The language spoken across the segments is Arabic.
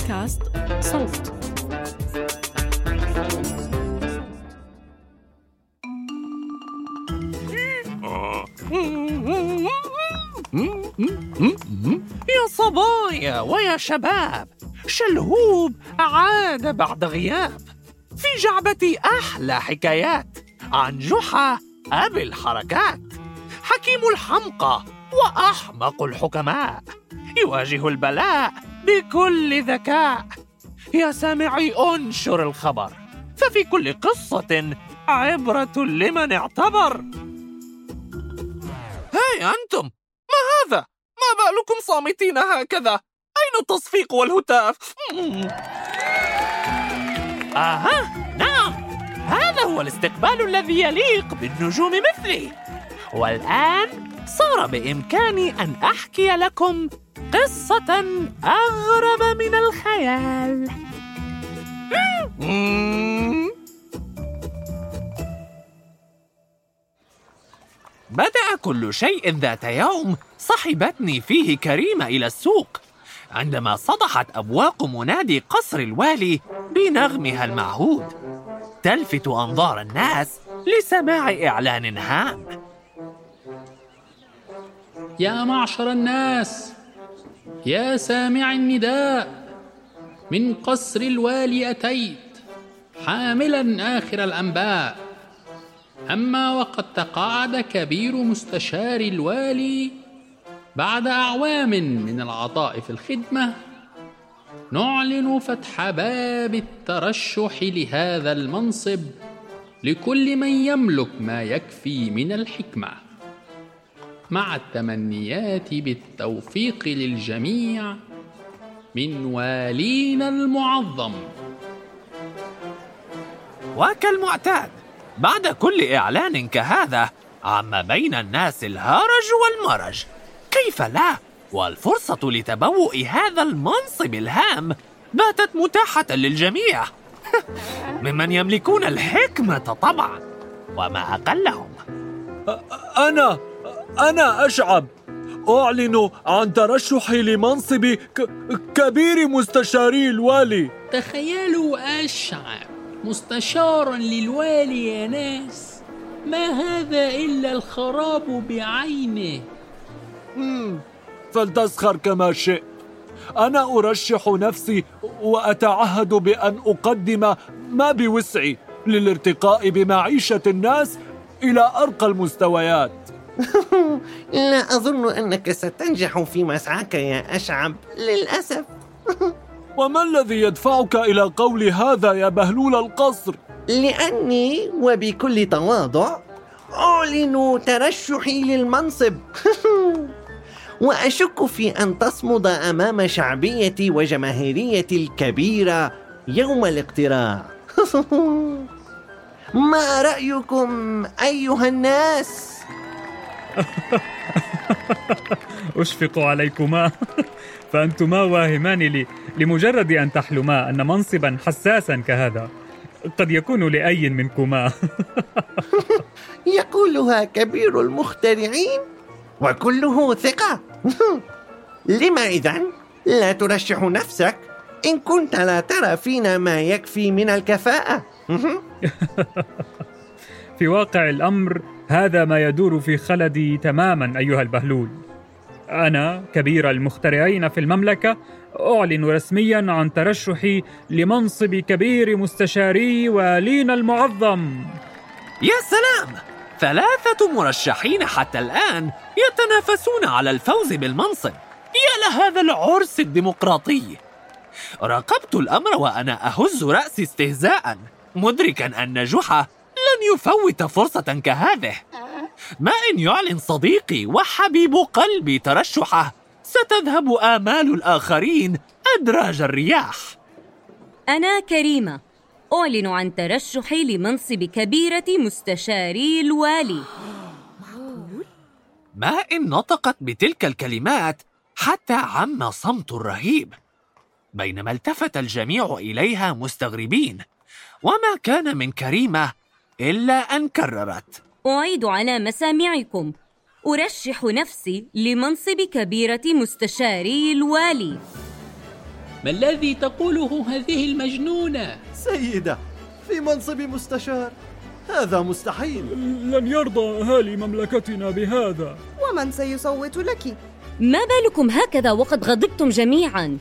بودكاست صوت. يا صبايا ويا شباب، شلهوب عاد بعد غياب. في جعبتي أحلى حكايات عن جحا أبي الحركات، حكيم الحمقى وأحمق الحكماء، يواجه البلاء بكل ذكاء. يا سامعي انشر الخبر، ففي كل قصة عبرة لمن اعتبر. هاي أنتم، ما هذا؟ ما بالكم صامتين هكذا؟ أين التصفيق والهتاف؟ نعم، هذا هو الاستقبال الذي يليق بالنجوم مثلي. والآن صار بإمكاني أن أحكي لكم قصة أغرب من الخيال. بدأ كل شيء ذات يوم صحبتني فيه كريمة إلى السوق، عندما صدحت أبواق منادي قصر الوالي بنغمها المعهود، تلفت أنظار الناس لسماع إعلان هام. يا معشر الناس، يا سامع النداء، من قصر الوالي أتيت حاملا آخر الأنباء. أما وقد تقاعد كبير مستشار الوالي بعد أعوام من العطاء في الخدمة، نعلن فتح باب الترشح لهذا المنصب لكل من يملك ما يكفي من الحكمة، مع التمنيات بالتوفيق للجميع من والينا المعظم. وكالمعتاد بعد كل إعلان كهذا عم بين الناس الهرج والمرج. كيف لا؟ والفرصة لتبوء هذا المنصب الهام باتت متاحة للجميع ممن يملكون الحكمة طبعا، وما أقلهم. أنا أشعب أعلن عن ترشحي لمنصب كبير مستشاري الوالي. تخيلوا أشعب مستشارا للوالي يا ناس، ما هذا إلا الخراب بعينه. فلتسخر كما شئت، أنا أرشح نفسي وأتعهد بأن أقدم ما بوسعي للارتقاء بمعيشة الناس إلى أرقى المستويات. لا أظن أنك ستنجح في مسعاك يا أشعب للأسف. وما الذي يدفعك إلى قول هذا يا بهلول القصر؟ لأني وبكل تواضع أعلن ترشحي للمنصب وأشك في أن تصمد أمام شعبيتي وجماهيريتي الكبيرة يوم الاقتراع. ما رأيكم أيها الناس؟ أشفق عليكما فأنتما واهمان لمجرد أن تحلما أن منصبا حساسا كهذا قد يكون لأي منكما. يقولها كبير المخترعين وكله ثقة. لما إذن لا ترشح نفسك إن كنت لا ترى فينا ما يكفي من الكفاءة؟ في واقع الأمر هذا ما يدور في خلدي تماما أيها البهلول. أنا كبير المخترعين في المملكة أعلن رسميا عن ترشحي لمنصب كبير مستشاري والينا المعظم. يا سلام، 3 مرشحين حتى الآن يتنافسون على الفوز بالمنصب. يا لهذا العرس الديمقراطي. راقبت الأمر وأنا أهز رأسي استهزاء، مدركا أن جحا لن يفوت فرصة كهذه. ما إن يعلن صديقي وحبيب قلبي ترشحه، ستذهب آمال الآخرين أدراج الرياح. أنا كريمة أعلن عن ترشحي لمنصب كبيرة مستشاري الوالي. ما إن نطقت بتلك الكلمات حتى عم صمت رهيب، بينما التفت الجميع إليها مستغربين، وما كان من كريمة إلا أن كررت: أعيد على مسامعكم، أرشح نفسي لمنصب كبيرة مستشاري الوالي. ما الذي تقوله هذه المجنونة؟ سيدة، في منصب مستشار، هذا مستحيل. لن يرضى أهالي مملكتنا بهذا. ومن سيصوت لك؟ ما بالكم هكذا وقد غضبتم جميعا؟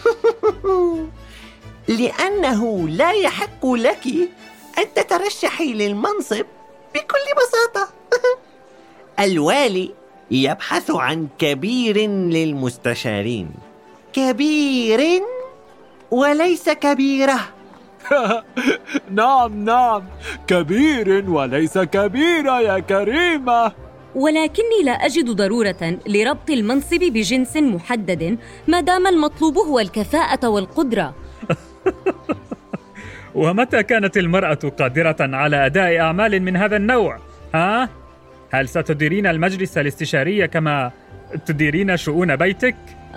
لأنه لا يحق لك أن تترشحي للمنصب بكل بساطة. الوالي يبحث عن كبير للمستشارين، كبير وليس كبيرة. نعم، كبير وليس كبيرة يا كريمة. ولكني لا أجد ضرورة لربط المنصب بجنس محدد ما دام المطلوب هو الكفاءة والقدرة. ومتى كانت المرأة قادرة على أداء أعمال من هذا النوع؟ هل ستديرين المجلس الاستشاري كما تديرين شؤون بيتك؟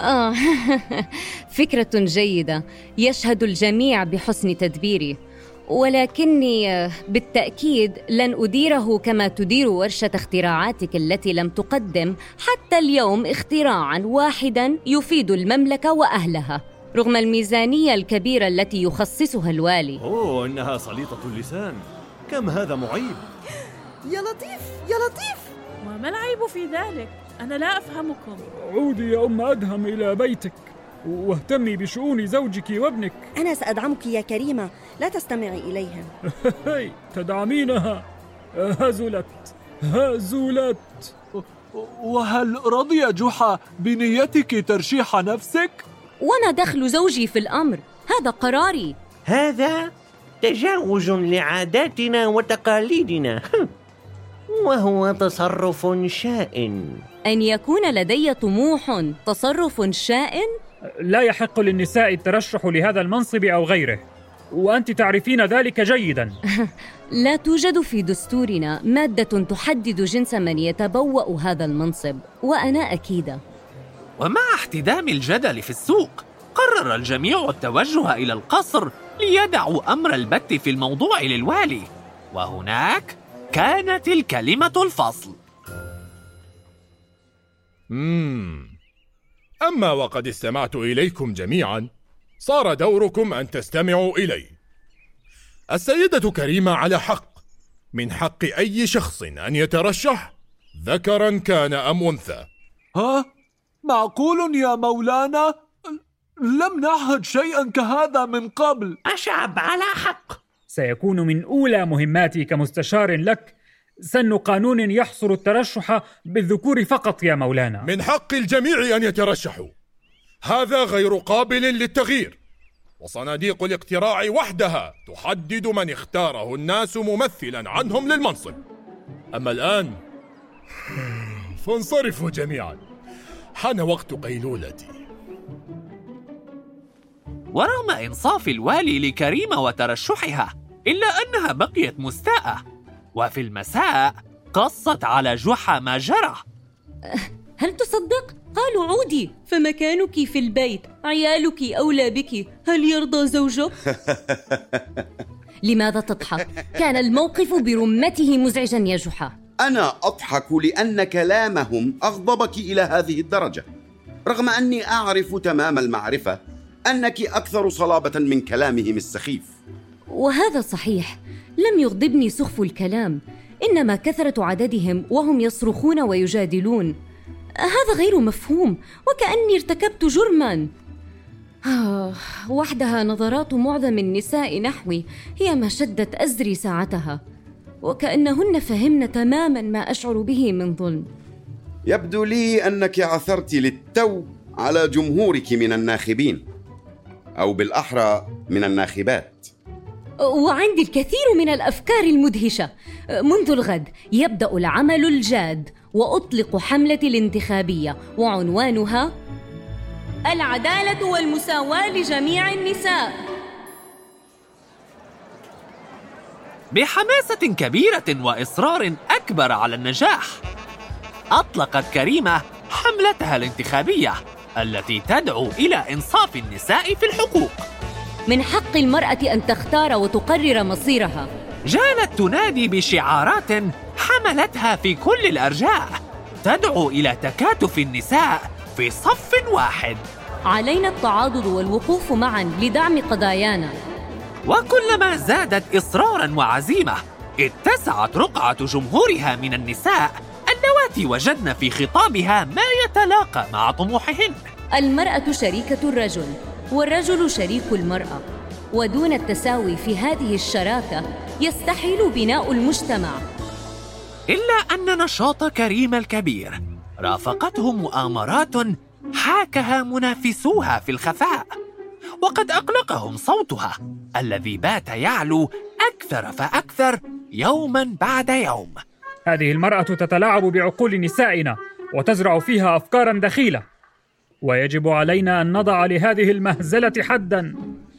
فكرة جيدة، يشهد الجميع بحسن تدبيري، ولكني بالتأكيد لن أديره كما تدير ورشة اختراعاتك التي لم تقدم حتى اليوم اختراعاً واحداً يفيد المملكة وأهلها رغم الميزانية الكبيرة التي يخصصها الوالي. إنها سليطة اللسان، كم هذا معيب. يا لطيف، وما العيب في ذلك؟ أنا لا أفهمكم. عودي يا أم أدهم إلى بيتك واهتمي بشؤون زوجك وابنك. أنا سأدعمك يا كريمة، لا تستمعي إليهم. تدعمينها؟ هزلت. وهل رضي جحا بنيتك ترشيح نفسك؟ وما دخل زوجي في الأمر؟ هذا قراري. هذا تجاوز لعاداتنا وتقاليدنا، وهو تصرف شائن. أن يكون لدي طموح تصرف شائن؟ لا يحق للنساء الترشح لهذا المنصب أو غيره، وأنت تعرفين ذلك جيداً. لا توجد في دستورنا مادة تحدد جنس من يتبوأ هذا المنصب، وأنا أكيدة. ومع احتدام الجدل في السوق، قرر الجميع التوجه إلى القصر ليدعوا أمر البت في الموضوع للوالي، وهناك كانت الكلمة الفصل. أما وقد استمعت إليكم جميعا، صار دوركم أن تستمعوا إلي. السيدة كريمة على حق، من حق أي شخص أن يترشح، ذكرا كان أم أنثى. معقول يا مولانا؟ لم نعهد شيئا كهذا من قبل. الشعب على حق. سيكون من أولى مهماتي كمستشار لك سن قانون يحصر الترشح بالذكور فقط يا مولانا. من حق الجميع أن يترشحوا، هذا غير قابل للتغيير، وصناديق الاقتراع وحدها تحدد من اختاره الناس ممثلا عنهم للمنصب. أما الآن فانصرفوا جميعا، حان وقت قيلولتي. ورغم إنصاف الوالي لكريمة وترشحها، إلا أنها بقيت مستاءة، وفي المساء قصت على جحا ما جرى. هل تصدق؟ قالوا عودي، فمكانك في البيت، عيالك أولى بك، هل يرضى زوجك؟ لماذا تضحك؟ كان الموقف برمته مزعجا يا جحا. أنا أضحك لأن كلامهم أغضبك إلى هذه الدرجة، رغم أني أعرف تمام المعرفة أنك أكثر صلابة من كلامهم السخيف. وهذا صحيح، لم يغضبني سخف الكلام، إنما كثرة عددهم وهم يصرخون ويجادلون. هذا غير مفهوم، وكأني ارتكبت جرما. وحدها نظرات معظم النساء نحوي هي ما شدت أزري ساعتها، وكأنهن فهمن تماما ما أشعر به من ظلم. يبدو لي أنك عثرت للتو على جمهورك من الناخبين، أو بالأحرى من الناخبات. وعندي الكثير من الأفكار المدهشة. منذ الغد يبدأ العمل الجاد، وأطلق حملتي الانتخابية، وعنوانها العدالة والمساواة لجميع النساء. بحماسة كبيرة وإصرار أكبر على النجاح، أطلقت كريمة حملتها الانتخابية التي تدعو إلى إنصاف النساء في الحقوق. من حق المرأة أن تختار وتقرر مصيرها. جالت تنادي بشعارات حملتها في كل الأرجاء، تدعو إلى تكاتف النساء في صف واحد. علينا التعاضد والوقوف معا لدعم قضايانا. وكلما زادت إصراراً وعزيمة اتسعت رقعة جمهورها من النساء اللواتي وجدن في خطابها ما يتلاقى مع طموحهن. المرأة شريكة الرجل والرجل شريك المرأة، ودون التساوي في هذه الشراكة يستحيل بناء المجتمع. إلا أن نشاط كريمة الكبير رافقته مؤامرات حاكها منافسوها في الخفاء، وقد أقلقهم صوتها الذي بات يعلو أكثر فأكثر يوماً بعد يوم. هذه المرأة تتلاعب بعقول نسائنا وتزرع فيها أفكاراً دخيلة، ويجب علينا أن نضع لهذه المهزلة حداً.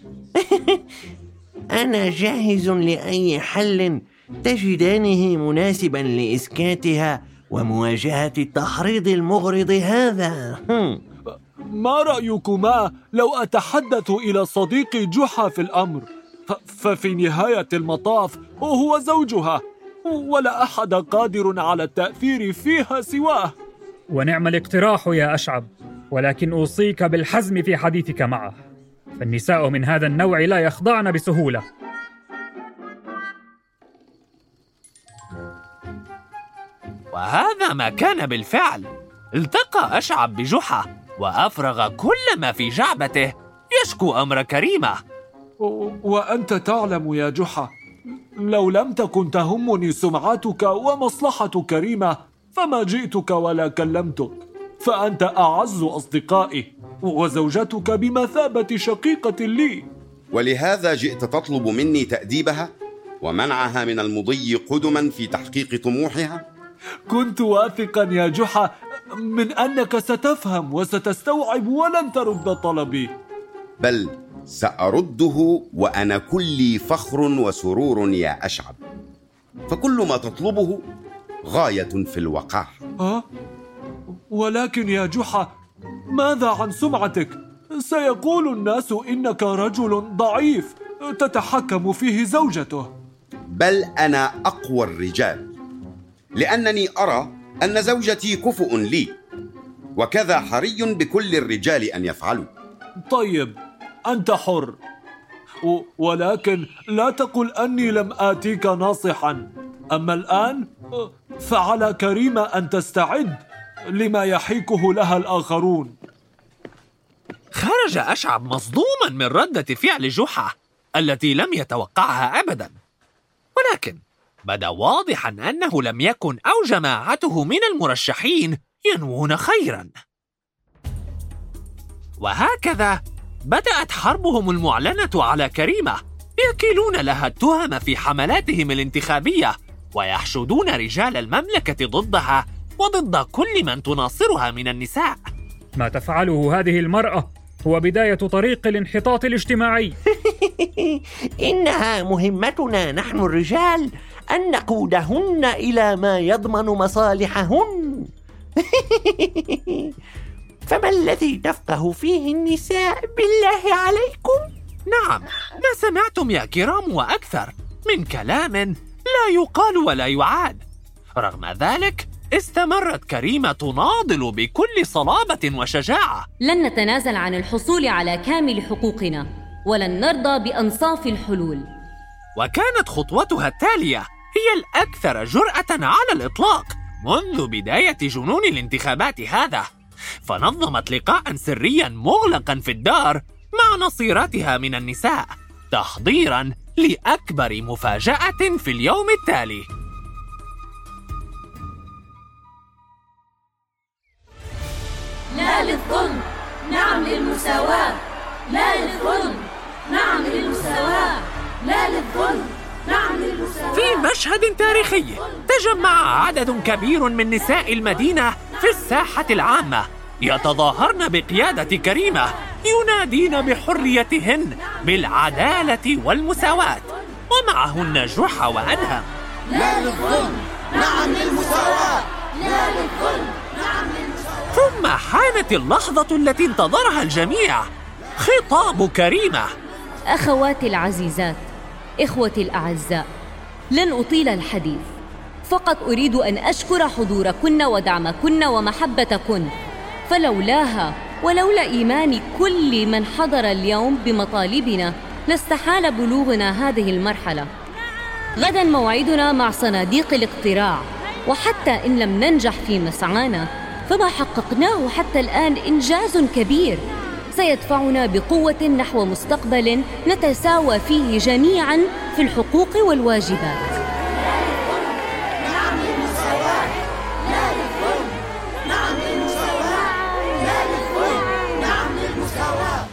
أنا جاهز لأي حل تجدانه مناسباً لإسكاتها ومواجهة التحريض المغرض هذا. ما رأيكما لو أتحدث إلى صديقي جحا في الأمر؟ ففي نهاية المطاف هو زوجها، ولا أحد قادر على التأثير فيها سواه. ونعم الاقتراح يا أشعب، ولكن أوصيك بالحزم في حديثك معه، فالنساء من هذا النوع لا يخضعن بسهولة. وهذا ما كان بالفعل. التقى أشعب بجحا وأفرغ كل ما في جعبته يشكو أمر كريمة. وأنت تعلم يا جحا، لو لم تكن تهمني سمعتك ومصلحة كريمة فما جئتك ولا كلمتك، فأنت أعز أصدقائي وزوجتك بمثابة شقيقة لي. ولهذا جئت تطلب مني تأديبها ومنعها من المضي قدما في تحقيق طموحها؟ كنت واثقا يا جحا من أنك ستفهم وستستوعب ولن ترد طلبي. بل سأرده وأنا كلي فخر وسرور يا أشعب، فكل ما تطلبه غاية في الوقاح. ولكن يا جحا، ماذا عن سمعتك؟ سيقول الناس إنك رجل ضعيف تتحكم فيه زوجته. بل أنا أقوى الرجال، لأنني أرى أن زوجتي كفؤ لي، وكذا حري بكل الرجال أن يفعلوا. طيب، أنت حر، ولكن لا تقل أني لم آتيك ناصحا. أما الآن فعلى كريمة أن تستعد لما يحيكه لها الآخرون. خرج أشعب مصدوما من ردة فعل جحا التي لم يتوقعها أبدا، ولكن بدا واضحا أنه لم يكن أو جماعته من المرشحين ينوون خيرا. وهكذا بدأت حربهم المعلنة على كريمة، يكيلون لها التهم في حملاتهم الانتخابية ويحشدون رجال المملكة ضدها وضد كل من تناصرها من النساء. ما تفعله هذه المرأة هو بداية طريق الانحطاط الاجتماعي. إنها مهمتنا نحن الرجال أن نقودهن إلى ما يضمن مصالحهن. فما الذي تفقه فيه النساء بالله عليكم؟ نعم، ما سمعتم يا كرام وأكثر من كلام لا يقال ولا يعاد. رغم ذلك استمرت كريمة تناضل بكل صلابة وشجاعة. لن نتنازل عن الحصول على كامل حقوقنا، ولن نرضى بأنصاف الحلول. وكانت خطوتها التالية هي الأكثر جرأة على الإطلاق منذ بداية جنون الانتخابات هذا، فنظمت لقاء سريا مغلقا في الدار مع نصيراتها من النساء، تحضيرا لأكبر مفاجأة في اليوم التالي. لا للظلم، نعم للمساواة. لا للظلم، نعم للمساواة. لا للظلم، نعم للمساواة. في مشهد تاريخي تجمع عدد كبير من نساء المدينة في الساحة العامة يتظاهرن بقيادة كريمة، ينادين بحريتهن بالعدالة والمساواة، ومعهن جحا وأدهم. لا للظلم، نعم للمساواة. لا للظلم، نعم للمساواة. ثم حانت اللحظة التي انتظرها الجميع، خطاب كريمة. أخواتي العزيزات، إخوتي الأعزاء، لن أطيل الحديث، فقط أريد أن أشكر حضوركن ودعمكن ومحبتكن، فلولاها ولولا إيمان كل من حضر اليوم بمطالبنا لاستحال بلوغنا هذه المرحلة. غدا موعدنا مع صناديق الاقتراع، وحتى إن لم ننجح في مسعانا فما حققناه حتى الآن إنجاز كبير سيدفعنا بقوة نحو مستقبل نتساوى فيه جميعاً في الحقوق والواجبات. نعم للمساواة، لا للظلم. نعم للمساواة، لا للظلم. نعم للمساواة.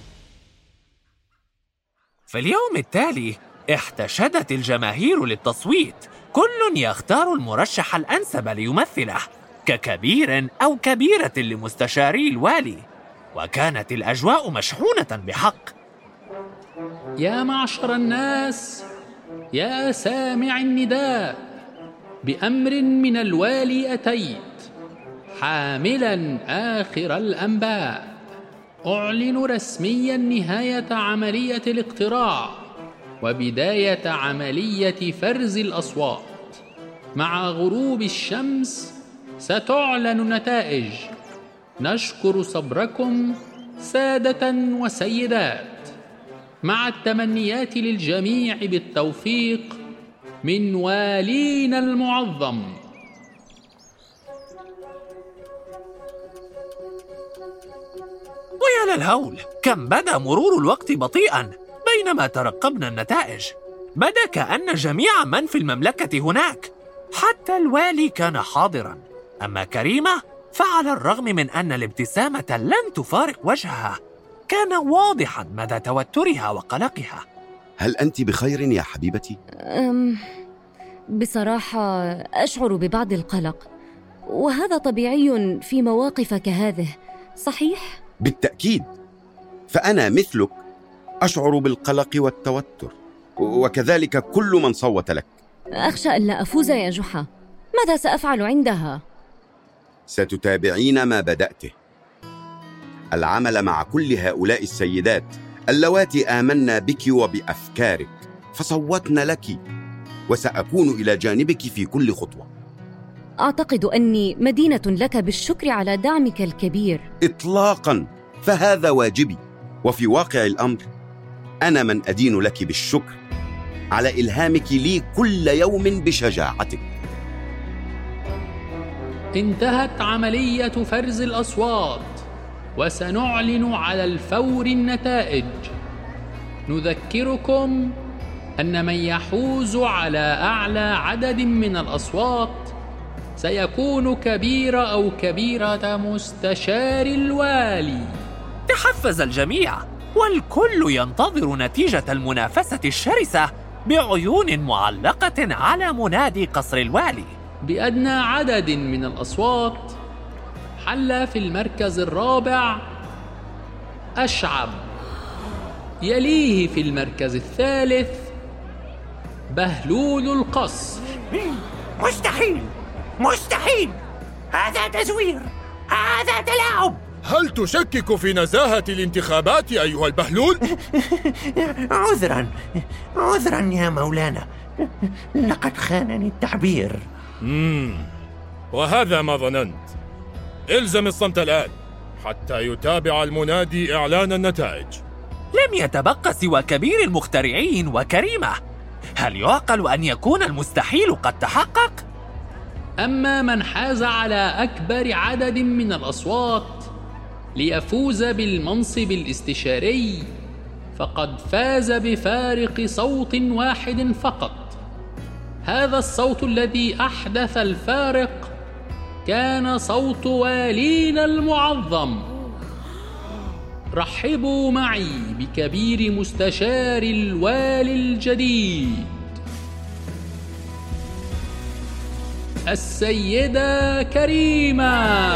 في اليوم التالي احتشدت الجماهير للتصويت، كل يختار المرشح الأنسب ليمثله ككبير أو كبيرة لمستشاري الوالي، وكانت الأجواء مشحونة بحق. يا معشر الناس، يا سامع النداء، بأمر من الوالي أتيت حاملا آخر الأنباء. أعلن رسميا نهاية عملية الاقتراع وبداية عملية فرز الأصوات. مع غروب الشمس ستعلن النتائج. نشكر صبركم سادة وسيدات، مع التمنيات للجميع بالتوفيق من والينا المعظم. ويا للهول، كم بدا مرور الوقت بطيئا بينما ترقبنا النتائج. بدا كأن جميع من في المملكة هناك، حتى الوالي كان حاضرا. أما كريمة فعلى الرغم من أن الابتسامة لم تفارق وجهها، كان واضحا مدى توترها وقلقها. هل أنت بخير يا حبيبتي؟ بصراحة أشعر ببعض القلق، وهذا طبيعي في مواقف كهذه، صحيح؟ بالتأكيد، فأنا مثلك أشعر بالقلق والتوتر، وكذلك كل من صوت لك. أخشى أن لا أفوز يا جحا. ماذا سأفعل عندها؟ ستتابعين ما بدأته، العمل مع كل هؤلاء السيدات اللواتي آمنا بك وبأفكارك فصوتن لك، وسأكون إلى جانبك في كل خطوة. أعتقد أني مدينة لك بالشكر على دعمك الكبير. إطلاقاً، فهذا واجبي، وفي واقع الأمر أنا من أدين لك بالشكر على إلهامك لي كل يوم بشجاعتك. انتهت عملية فرز الأصوات، وسنعلن على الفور النتائج. نذكركم أن من يحوز على أعلى عدد من الأصوات سيكون كبير أو كبيرة مستشار الوالي. تحفز الجميع، والكل ينتظر نتيجة المنافسة الشرسة بعيون معلقة على منادي قصر الوالي. بأدنى عدد من الأصوات حل في المركز الرابع أشعب، يليه في المركز الثالث بهلول القصر. مستحيل، مستحيل، هذا تزوير، هذا تلاعب. هل تشكك في نزاهة الانتخابات أيها البهلول؟ عذرا يا مولانا، لقد خانني التعبير. وهذا ما ظننت. إلزم الصمت الآن حتى يتابع المنادي إعلان النتائج. لم يتبقى سوى كبير المخترعين وكريمة. هل يعقل أن يكون المستحيل قد تحقق؟ أما من حاز على أكبر عدد من الأصوات ليفوز بالمنصب الاستشاري فقد فاز بفارق صوت واحد فقط. هذا الصوت الذي أحدث الفارق كان صوت والينا المعظم. رحبوا معي بكبير مستشار الوالي الجديد، السيدة كريمة.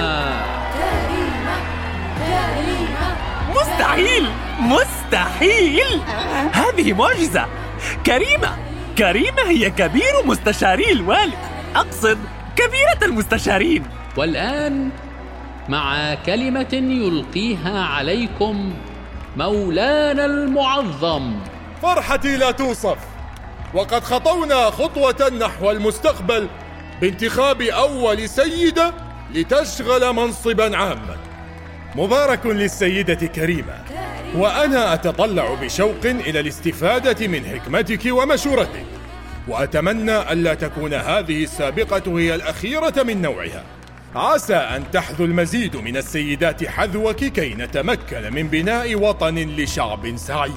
مستحيل، مستحيل، هذه معجزة. كريمة هي كبير مستشاري الوالي، أقصد كبيرة المستشارين. والآن مع كلمة يلقيها عليكم مولانا المعظم. فرحتي لا توصف، وقد خطونا خطوة نحو المستقبل بانتخاب أول سيدة لتشغل منصبا عاما. مبارك للسيدة كريمة، وأنا أتطلع بشوق إلى الاستفادة من حكمتك ومشورتك، وأتمنى ألا تكون هذه السابقة هي الأخيرة من نوعها. عسى أن تحذو المزيد من السيدات حذوك كي نتمكن من بناء وطن لشعب سعيد.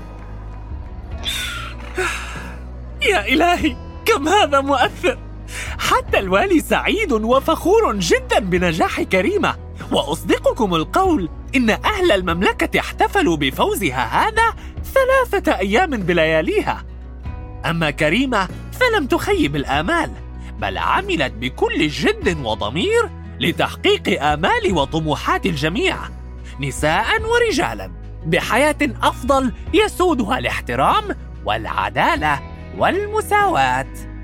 يا إلهي، كم هذا مؤثر! حتى الوالي سعيد وفخور جدا بنجاح كريمة، وأصدقكم القول إن أهل المملكة احتفلوا بفوزها هذا 3 أيام بلياليها. أما كريمة فلم تخيب الآمال، بل عملت بكل جد وضمير لتحقيق آمال وطموحات الجميع، نساء ورجالا، بحياة أفضل يسودها الاحترام والعدالة والمساواة.